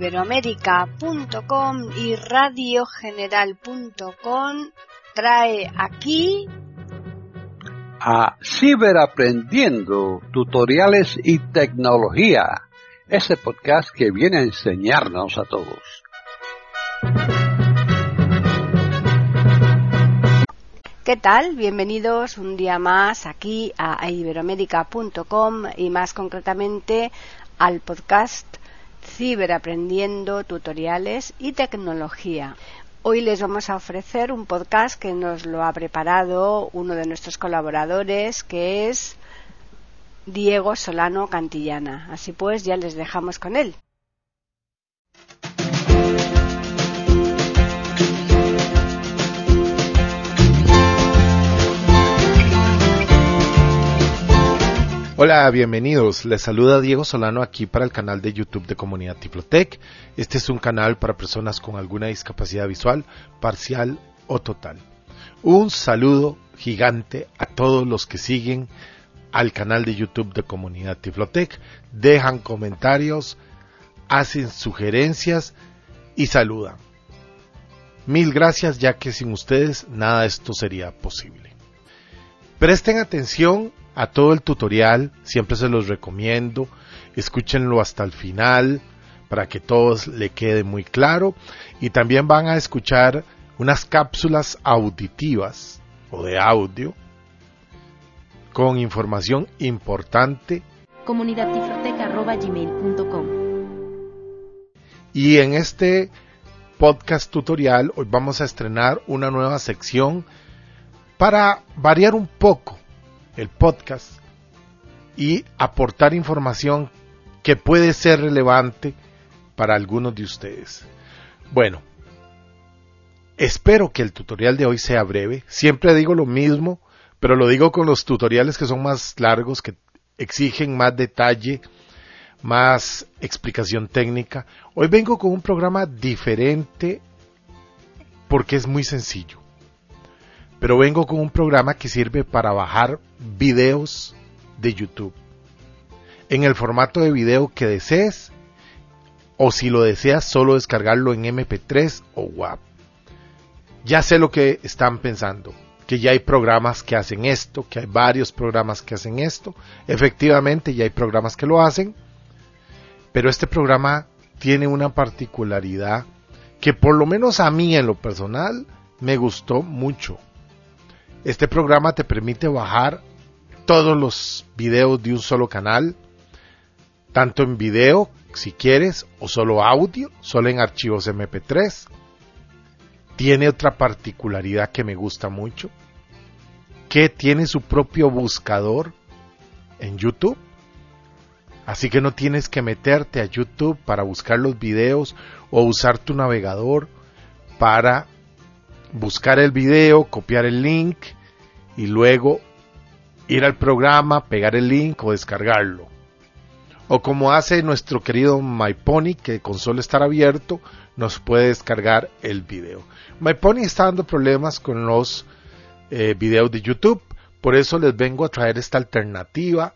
iberoamérica.com y radiogeneral.com trae aquí a Ciberaprendiendo, tutoriales y tecnología, ese podcast que viene a enseñarnos a todos. ¿Qué tal? Bienvenidos un día más aquí a iberoamérica.com y más concretamente al podcast Ciberaprendiendo, tutoriales y tecnología. Hoy les vamos a ofrecer un podcast que nos lo ha preparado uno de nuestros colaboradores, que es Diego Solano Cantillana. Así pues, ya les dejamos con él. Hola, bienvenidos. Les saluda Diego Solano aquí para el canal de YouTube de Comunidad Tiflotec. Este es un canal para personas con alguna discapacidad visual, parcial o total. Un saludo gigante a todos los que siguen al canal de YouTube de Comunidad Tiflotec, dejan comentarios, hacen sugerencias y saludan. Mil gracias, ya que sin ustedes nada de esto sería posible. Presten atención a todo el tutorial, siempre se los recomiendo, escúchenlo hasta el final para que todos le quede muy claro, y también van a escuchar unas cápsulas auditivas o de audio con información importante. comunidadtiflotec@gmail.com. Y en este podcast tutorial hoy vamos a estrenar una nueva sección para variar un poco el podcast y aportar información que puede ser relevante para algunos de ustedes. Bueno, espero que el tutorial de hoy sea breve. Siempre digo lo mismo, pero lo digo con los tutoriales que son más largos, que exigen más detalle, más explicación técnica. Hoy vengo con un programa diferente porque es muy sencillo. Pero vengo con un programa que sirve para bajar videos de YouTube en el formato de video que desees, o si lo deseas solo descargarlo en MP3 o WAV. Ya sé lo que están pensando, que ya hay programas que hacen esto, que hay varios programas que hacen esto. Efectivamente ya hay programas que lo hacen, pero este programa tiene una particularidad que por lo menos a mí en lo personal me gustó mucho. Este programa te permite bajar todos los videos de un solo canal, tanto en video, si quieres, o solo audio, solo en archivos MP3. Tiene otra particularidad que me gusta mucho, que tiene su propio buscador en YouTube. Así que no tienes que meterte a YouTube para buscar los videos o usar tu navegador para buscar el video, copiar el link y luego ir al programa, pegar el link o descargarlo. O como hace nuestro querido MyPony, que con solo estar abierto nos puede descargar el video. MyPony está dando problemas con los videos de YouTube, por eso les vengo a traer esta alternativa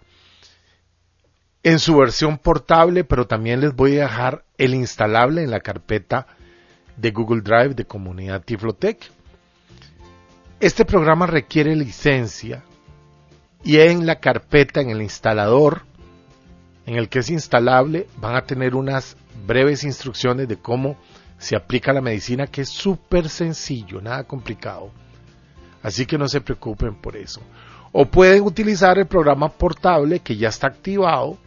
en su versión portable, pero también les voy a dejar el instalable en la carpeta de Google Drive de Comunidad Tiflotec. Este programa requiere licencia y en la carpeta, en el instalador en el que es instalable, van a tener unas breves instrucciones de cómo se aplica la medicina, que es súper sencillo, nada complicado. Así que no se preocupen por eso. O pueden utilizar el programa portable que ya está activado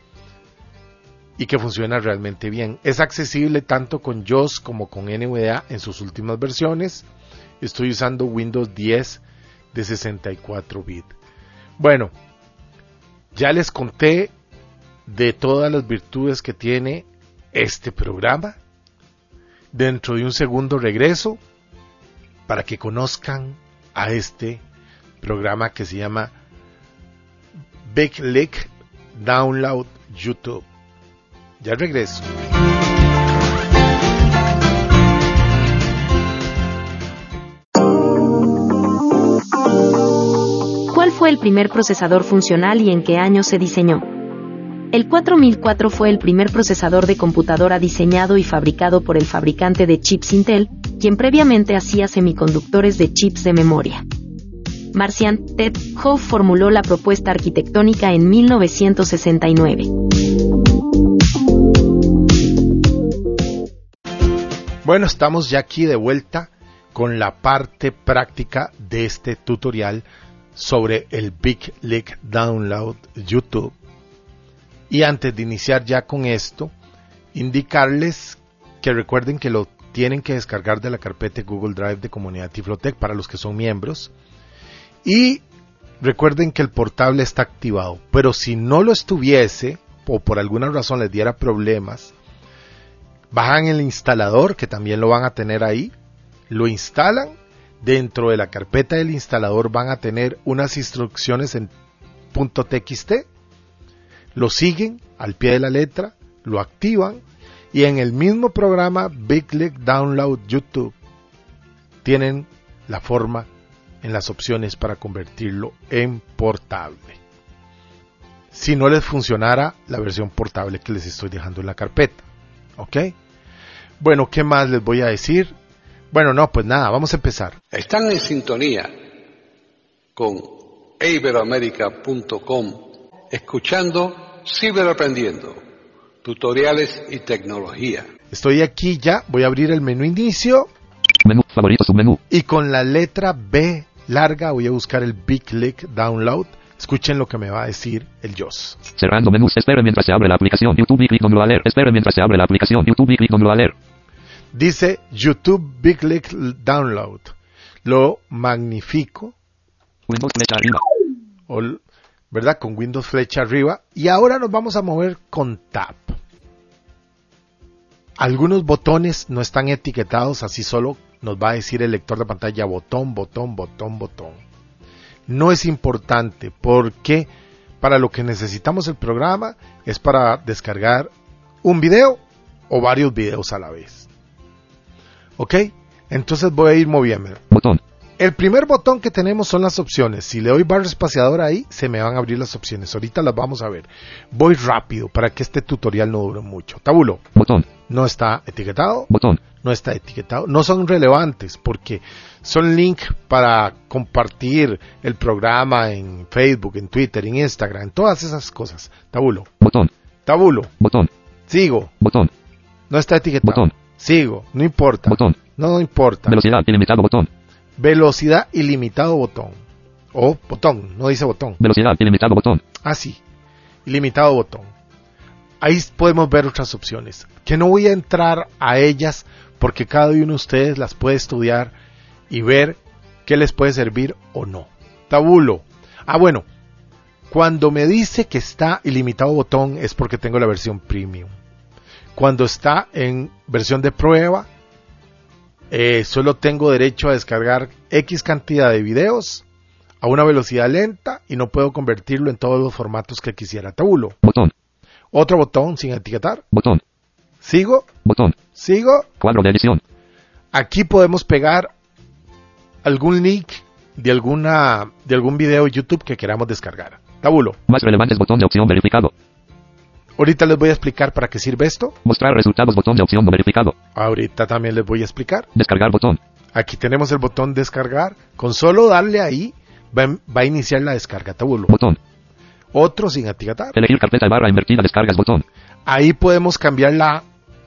y que funciona realmente bien. Es accesible tanto con JAWS como con NVDA en sus últimas versiones. Estoy usando Windows 10 de 64 bits. Bueno, ya les conté de todas las virtudes que tiene este programa. Dentro de un segundo regreso para que conozcan a este programa que se llama Big Leak Download YouTube. Ya regreso. ¿Cuál fue el primer procesador funcional y en qué año se diseñó? El 4004 fue el primer procesador de computadora diseñado y fabricado por el fabricante de chips Intel, quien previamente hacía semiconductores de chips de memoria. Marcian Ted Howe formuló la propuesta arquitectónica en 1969. Bueno, estamos ya aquí de vuelta con la parte práctica de este tutorial sobre el Big League Download YouTube. Y antes de iniciar ya con esto, indicarles que recuerden que lo tienen que descargar de la carpeta Google Drive de Comunidad Tiflotec para los que son miembros. Y recuerden que el portable está activado, pero si no lo estuviese o por alguna razón les diera problemas, bajan el instalador, que también lo van a tener ahí, lo instalan, dentro de la carpeta del instalador van a tener unas instrucciones en .txt, lo siguen al pie de la letra, lo activan y en el mismo programa Big League Download YouTube tienen la forma en las opciones para convertirlo en portable. Si no les funcionara la versión portable que les estoy dejando en la carpeta. ¿Ok? Bueno, ¿qué más les voy a decir? Bueno, no, pues nada, vamos a empezar. Están en sintonía con iberoamerica.com, escuchando Ciberaprendiendo, tutoriales y tecnología. Estoy aquí ya, voy a abrir el menú inicio. Menú, favorito, submenú. Y con la letra B larga voy a buscar el Big League Download. Escuchen lo que me va a decir el JOS. Cerrando menús, espere mientras se abre la aplicación YouTube y clic donde lo va a leer. Espere mientras se abre la aplicación YouTube y clic donde lo va a leer. Dice YouTube Big League Download. Lo magnifico. Windows flecha arriba. ¿Verdad? Con Windows flecha arriba. Y ahora nos vamos a mover con Tab. Algunos botones no están etiquetados, así solo nos va a decir el lector de pantalla botón, botón, botón, botón. No es importante porque para lo que necesitamos el programa es para descargar un video o varios videos a la vez. ¿Ok? Entonces voy a ir moviendo. Botón. El primer botón que tenemos son las opciones. Si le doy barra espaciadora ahí, se me van a abrir las opciones. Ahorita las vamos a ver. Voy rápido para que este tutorial no dure mucho. Tabulo. Botón. No está etiquetado. Botón. No está etiquetado. No son relevantes porque son link para compartir el programa en Facebook, en Twitter, en Instagram, en todas esas cosas. Tabulo. Botón. Tabulo. Botón. Sigo. Botón. No está etiquetado. Botón. Sigo. No importa. Botón. No importa. Velocidad ilimitado botón. Velocidad ilimitado botón. O botón. No dice botón. Velocidad ilimitado botón. Ah, sí. Ilimitado botón. Ahí podemos ver otras opciones. Que no voy a entrar a ellas porque cada uno de ustedes las puede estudiar y ver qué les puede servir o no. Tabulo. Ah, bueno. Cuando me dice que está ilimitado botón es porque tengo la versión premium. Cuando está en versión de prueba, solo tengo derecho a descargar X cantidad de videos a una velocidad lenta y no puedo convertirlo en todos los formatos que quisiera. Tabulo. Botón. Otro botón sin etiquetar. Botón. Sigo. Botón. Sigo. Cuadro de edición. Aquí podemos pegar algún link de algún video de YouTube que queramos descargar. Tabulo. Más relevantes botón de opción verificado. Ahorita les voy a explicar para qué sirve esto. Mostrar resultados botón de opción no verificado. Ahorita también les voy a explicar. Descargar botón. Aquí tenemos el botón descargar. Con solo darle ahí va a iniciar la descarga. Tabulo. Botón. Otro sin etiquetar. Elegir carpeta barra invertida descargas botón. Ahí podemos cambiar la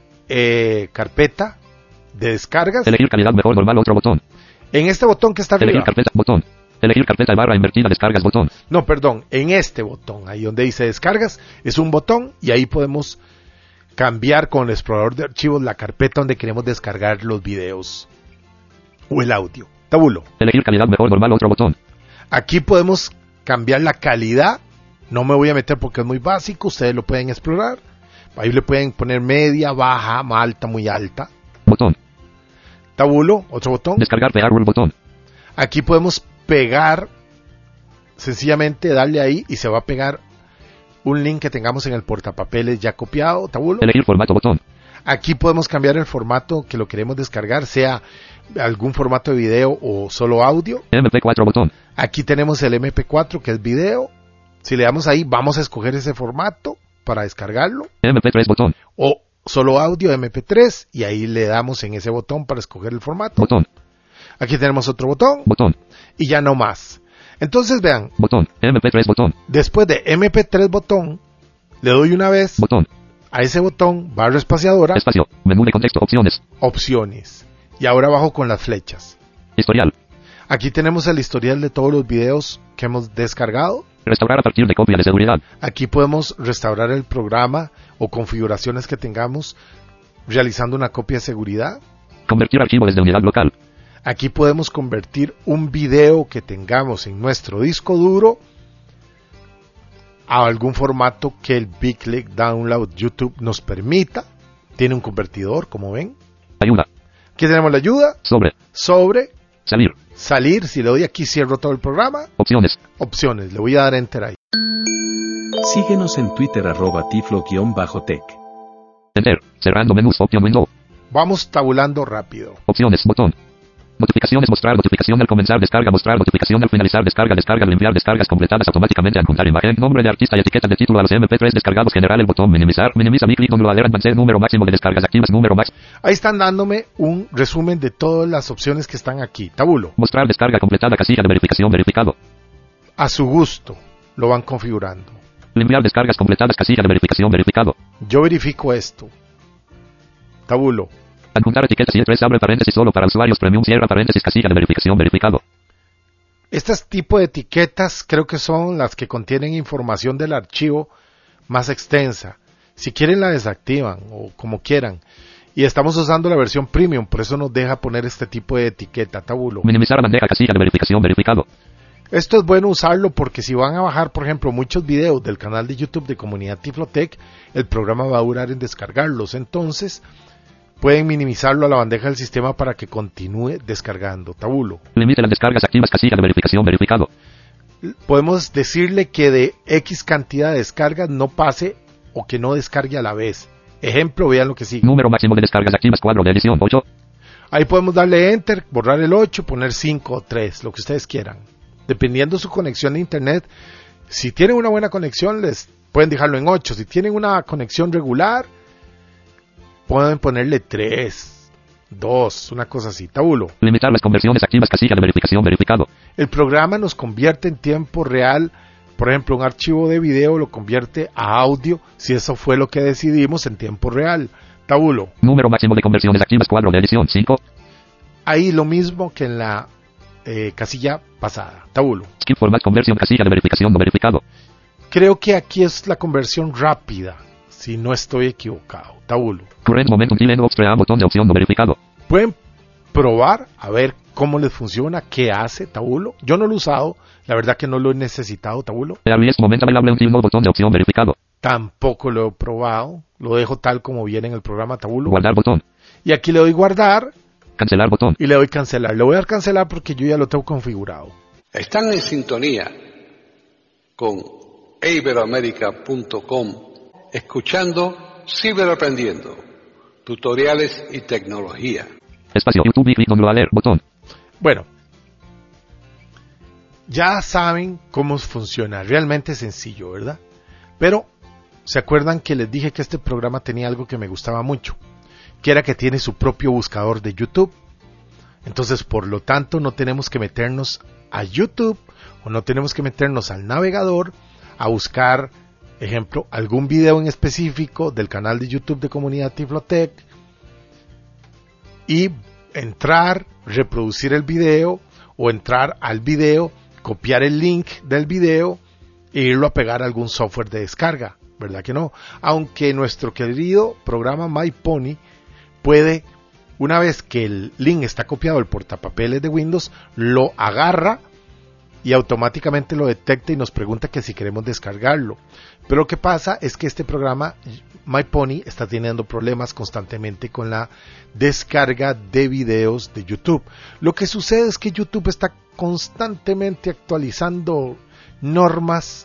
carpeta de descargas. Elegir calidad mejor normal otro botón. En este botón que está arriba. Elegir carpeta botón. Elegir carpeta barra invertida descargas botón. No, perdón, en este botón, ahí donde dice descargas, es un botón y ahí podemos cambiar con el explorador de archivos la carpeta donde queremos descargar los videos o el audio. Tabulo. Elegir calidad mejor normal otro botón. Aquí podemos cambiar la calidad. No me voy a meter porque es muy básico, ustedes lo pueden explorar. Ahí le pueden poner media, baja, alta, muy alta. Botón. Tabulo, otro botón. Descargar pegar un botón. Aquí podemos pegar, sencillamente darle ahí y se va a pegar un link que tengamos en el portapapeles ya copiado. Tabulo. Elegir formato botón. Aquí podemos cambiar el formato que lo queremos descargar, sea algún formato de video o solo audio. MP4 botón. Aquí tenemos el MP4 que es video. Si le damos ahí, vamos a escoger ese formato. para descargarlo. MP3 botón. O solo audio MP3 y ahí le damos en ese botón para escoger el formato. Botón. Aquí tenemos otro botón. Botón. Y ya no más. Entonces vean. Botón. MP3 botón. Después de MP3 botón, le doy una vez. Botón. A ese botón, barra espaciadora. Espacio. Menú de contexto. Opciones. Opciones. Y ahora abajo con las flechas. Historial. Aquí tenemos el historial de todos los videos que hemos descargado. Restaurar a partir de copia de seguridad. Aquí podemos restaurar el programa o configuraciones que tengamos realizando una copia de seguridad. Convertir archivo desde unidad local. Aquí podemos convertir un video que tengamos en nuestro disco duro a algún formato que el Big Click Download YouTube nos permita. Tiene un convertidor, como ven. Ayuda. Aquí tenemos la ayuda. Sobre. Salir. Si le doy aquí cierro todo el programa. Opciones. Le voy a dar enter ahí. Síguenos en Twitter @tiflo_tech. Enter. Cerrando menús. Opción window. Vamos tabulando rápido. Opciones. Botón. Notificaciones. Mostrar notificación al comenzar descarga. Mostrar notificación al finalizar descarga. Descarga al enviar descargas completadas automáticamente. Adjuntar imagen. Nombre de artista y etiqueta de título a los MP3 descargados. Generar el botón. Minimizar. Minimiza mi clic. Downloader advanced. Número máximo de descargas activas. Número máximo. Ahí están dándome un resumen de todas las opciones que están aquí. Tabulo. Mostrar descarga completada. Casilla de verificación. Verificado. A su gusto lo van configurando. Enviar descargas completadas. Casilla de verificación. Verificado. Yo verifico esto. Tabulo. Adjuntar etiquetas y E3 abre paréntesis solo para usuarios premium cierra paréntesis casilla de verificación verificado. Este tipo de etiquetas creo que son las que contienen información del archivo más extensa. Si quieren la desactivan o como quieran. Y estamos usando la versión premium, por eso nos deja poner este tipo de etiqueta, Tabulo. Minimizar bandeja casilla de verificación verificado. Esto es bueno usarlo porque si van a bajar, por ejemplo, muchos videos del canal de YouTube de Comunidad Tiflotech, el programa va a durar en descargarlos. Entonces, pueden minimizarlo a la bandeja del sistema para que continúe descargando. Tabulo. Limite las descargas activas casilla de verificación verificado. Podemos decirle que de X cantidad de descargas no pase o que no descargue a la vez. Ejemplo, vean lo que sigue. Número máximo de descargas activas, cuadro de edición 8. Ahí podemos darle enter, borrar el 8, poner 5 o 3, lo que ustedes quieran. Dependiendo de su conexión de internet, si tienen una buena conexión, les pueden dejarlo en 8. Si tienen una conexión regular, pueden ponerle 3, 2, una cosa así. Tabulo. Limitar las conversiones activas, casilla de verificación verificado. El programa nos convierte en tiempo real, por ejemplo, un archivo de video lo convierte a audio, si eso fue lo que decidimos en tiempo real. Tabulo. Número máximo de conversiones activas, cuadro de edición 5. Ahí lo mismo que en la casilla pasada. Tabulo. Skip format conversión, casilla de verificación no verificado. Creo que aquí es la conversión rápida, si no estoy equivocado. Tabulo. Current momentum delay no extra botón de opción no verificado. Pueden probar a ver cómo les funciona, qué hace. Tabulo. Yo no lo he usado, la verdad que no lo he necesitado. Tabulo. Earliest moment available until no botón de opción verificado. Tampoco lo he probado, lo dejo tal como viene en el programa. Tabulo. Guardar botón. Y aquí le doy guardar. Cancelar botón. Y le doy cancelar. Le voy a dar cancelar porque yo ya lo tengo configurado. Están en sintonía con iberoamerica.com, escuchando Ciberaprendiendo, tutoriales y tecnología. Espacio YouTube y clic downloader botón. Bueno, ya saben cómo funciona. Realmente sencillo, ¿verdad? Pero, ¿se acuerdan que les dije que este programa tenía algo que me gustaba mucho? Que era que tiene su propio buscador de YouTube. Entonces, por lo tanto, no tenemos que meternos a YouTube o no tenemos que meternos al navegador a buscar, ejemplo, algún video en específico del canal de YouTube de Comunidad Tiflotech y entrar, reproducir el video o entrar al video, copiar el link del video e irlo a pegar a algún software de descarga, ¿verdad que no? Aunque nuestro querido programa MyPony puede, una vez que el link está copiado del portapapeles de Windows, lo agarra y automáticamente lo detecta y nos pregunta que si queremos descargarlo. Pero lo que pasa es que este programa MyPony está teniendo problemas constantemente con la descarga de videos de YouTube. Lo que sucede es que YouTube está constantemente actualizando normas,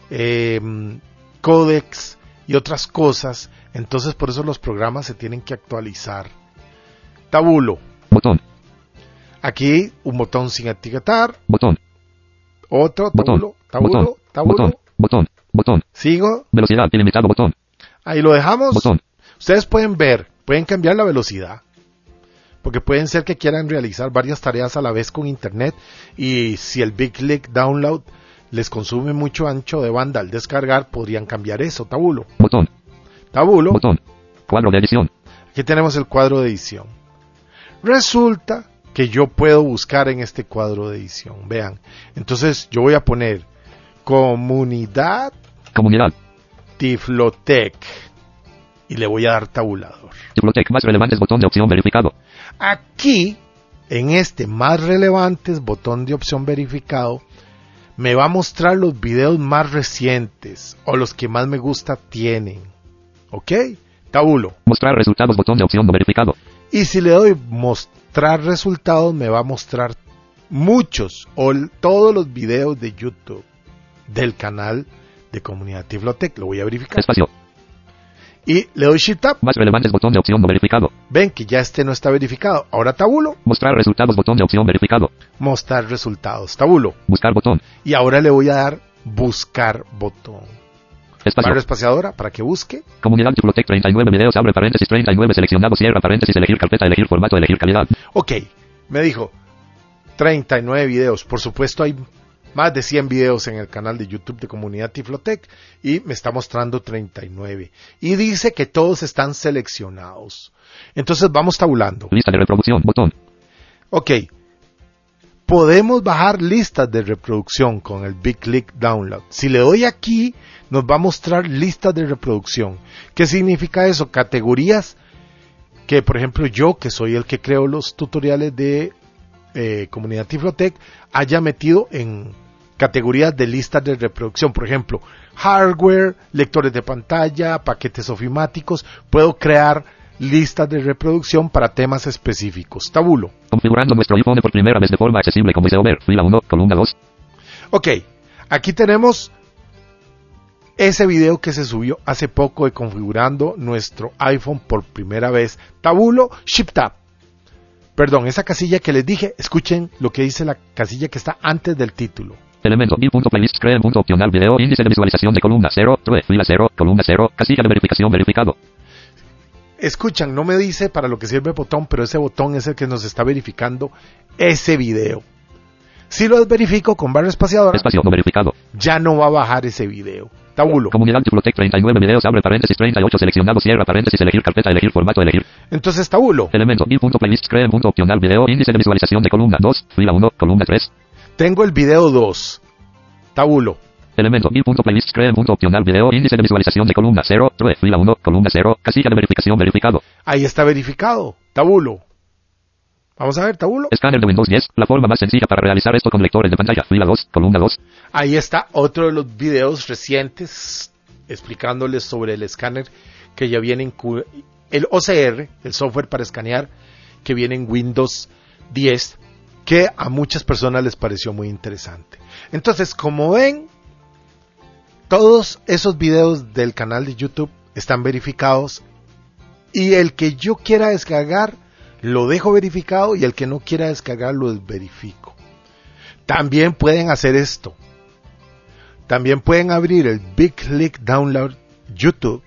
códex y otras cosas. Entonces por eso los programas se tienen que actualizar. Tabulo. Botón. Aquí un botón sin etiquetar. Botón. Otro. Tabulo. Botón. Tabulo. Botón. Tabulo. Botón. Botón. Sigo. Velocidad ilimitado. Botón. Ahí lo dejamos. Botón. Ustedes pueden ver, pueden cambiar la velocidad. Porque pueden ser que quieran realizar varias tareas a la vez con internet. Y si el Big Click Download les consume mucho ancho de banda al descargar, podrían cambiar eso. Tabulo. Botón. Tabulo. Botón. Cuadro de edición. Aquí tenemos el cuadro de edición. Resulta que yo puedo buscar en este cuadro de edición. Vean. Entonces yo voy a poner Comunidad Tiflotec y le voy a dar tabulador. Tiflotec más relevantes, botón de opción verificado. Aquí, en este más relevantes, botón de opción verificado, me va a mostrar los videos más recientes o los que más me gusta tienen. ¿Ok? Tabulo. Mostrar resultados, botón de opción no verificado. Y si le doy mostrar resultados, me va a mostrar muchos o todos los videos de YouTube del canal de Comunidad Tiflotec. Lo voy a verificar. Espacio. Y le doy Shift Tab. Más relevantes, botón de opción no verificado. Ven que ya este no está verificado. Ahora tabulo. Mostrar resultados, botón de opción verificado. Mostrar resultados. Tabulo. Buscar botón. Y ahora le voy a dar buscar botón. Espacio. Barra espaciadora para que busque. Comunidad Tiflotec 39 videos, abre paréntesis 39 seleccionado, cierra paréntesis, elegir carpeta, elegir formato, elegir calidad. Ok, me dijo 39 videos. Por supuesto hay más de 100 videos en el canal de YouTube de Comunidad Tiflotec y me está mostrando 39. Y dice que todos están seleccionados. Entonces vamos tabulando. Lista de reproducción, botón. Ok. Podemos bajar listas de reproducción con el Big Click Download. Si le doy aquí, nos va a mostrar listas de reproducción. ¿Qué significa eso? Categorías que, por ejemplo, yo, que soy el que creo los tutoriales de Comunidad Tiflotec, haya metido en categorías de listas de reproducción. Por ejemplo, hardware, lectores de pantalla, paquetes ofimáticos. Puedo crear listas de reproducción para temas específicos. Tabulo. Configurando nuestro iPhone por primera vez de forma accesible con VoiceOver. Fila 1, columna 2. Ok, aquí tenemos ese video que se subió hace poco de configurando nuestro iPhone por primera vez. Tabulo, Shift Tab. Perdón, esa casilla que les dije, escuchen lo que dice la casilla que está antes del título. Elemento i.playlist creen opcional video índice de visualización de columna 0, true, fila 0, columna 0, casilla de verificación verificado. Escuchan, no me dice para lo que sirve el botón, pero ese botón es el que nos está verificando ese video. Si lo verifico con barra espaciadora, espacio no verificado, ya no va a bajar ese video. Tabulo. Comunidad Tiflotec 39 videos, abre paréntesis 38 seleccionado, cierra paréntesis, elegir carpeta, elegir formato, elegir. Entonces tabulo. Elemento i.playlist creen opcional video índice de visualización de columna 2, fila 1, columna 3. Tengo el video 2. Tabulo. Elemento i.playlist creen opcional video índice de visualización de columna 0, true, fila 1, columna 0, casilla de verificación verificado. Ahí está verificado. Tabulo. Vamos a ver, tabulo. Escáner de Windows 10, la forma más sencilla para realizar esto con lectores de pantalla, fila 2, columna 2. Ahí está otro de los videos recientes explicándoles sobre el escáner que ya viene en el OCR, el software para escanear que viene en Windows 10, que a muchas personas les pareció muy interesante. Entonces, como ven, todos esos videos del canal de YouTube están verificados y el que yo quiera descargar lo dejo verificado y el que no quiera descargar lo desverifico. También pueden hacer esto. También pueden abrir el Big Click Download YouTube,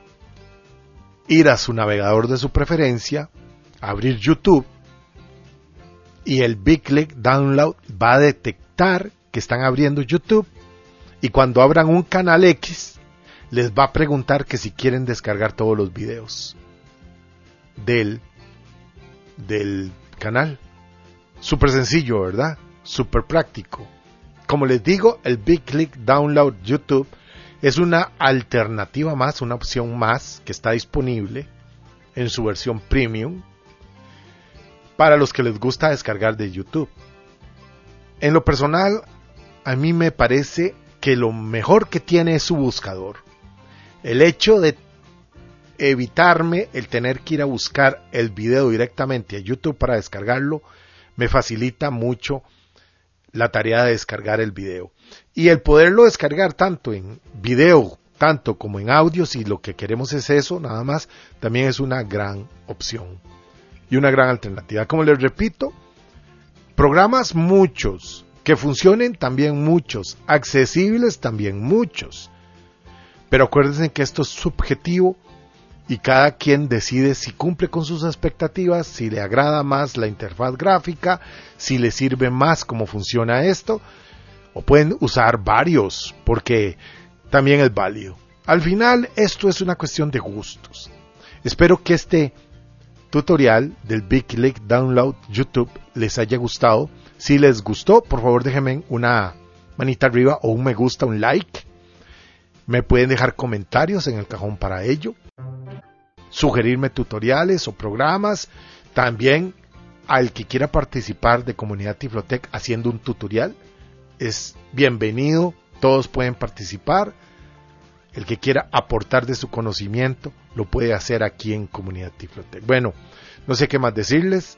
ir a su navegador de su preferencia, abrir YouTube y el Big Click Download va a detectar que están abriendo YouTube y cuando abran un canal X les va a preguntar que si quieren descargar todos los videos del canal. Súper sencillo, ¿verdad? Súper práctico. Como les digo, el Big Click Download YouTube es una alternativa más, una opción más que está disponible en su versión premium para los que les gusta descargar de YouTube. En lo personal, a mí me parece que lo mejor que tiene es su buscador. El hecho de evitarme el tener que ir a buscar el video directamente a YouTube para descargarlo me facilita mucho la tarea de descargar el video y el poderlo descargar tanto en video tanto como en audio. Si lo que queremos es eso nada más, también es una gran opción y una gran alternativa. Como les repito, programas muchos, que funcionen también muchos, accesibles también muchos. Pero acuérdense que esto es subjetivo y cada quien decide si cumple con sus expectativas, si le agrada más la interfaz gráfica, si le sirve más cómo funciona esto, o pueden usar varios, porque también es válido. Al final, esto es una cuestión de gustos. Espero que este tutorial del Big Click Download YouTube les haya gustado. Si les gustó, por favor déjenme una manita arriba o un me gusta, un like. Me pueden dejar comentarios en el cajón para ello. Sugerirme tutoriales o programas. También al que quiera participar de Comunidad Tiflotec haciendo un tutorial es bienvenido. Todos pueden participar. El que quiera aportar de su conocimiento lo puede hacer aquí en Comunidad Tiflotec. Bueno, no sé qué más decirles.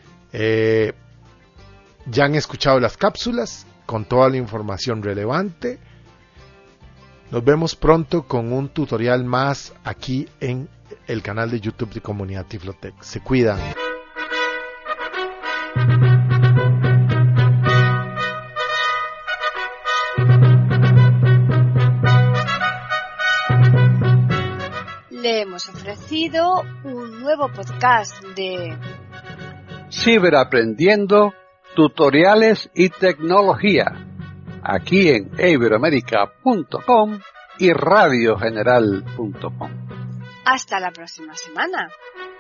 Ya han escuchado las cápsulas con toda la información relevante. Nos vemos pronto con un tutorial más aquí en el canal de YouTube de Comunidad Tiflotec. Se cuidan. Le hemos ofrecido un nuevo podcast de Ciberaprendiendo, tutoriales y tecnología, aquí en iberoamerica.com y radiogeneral.com. Hasta la próxima semana.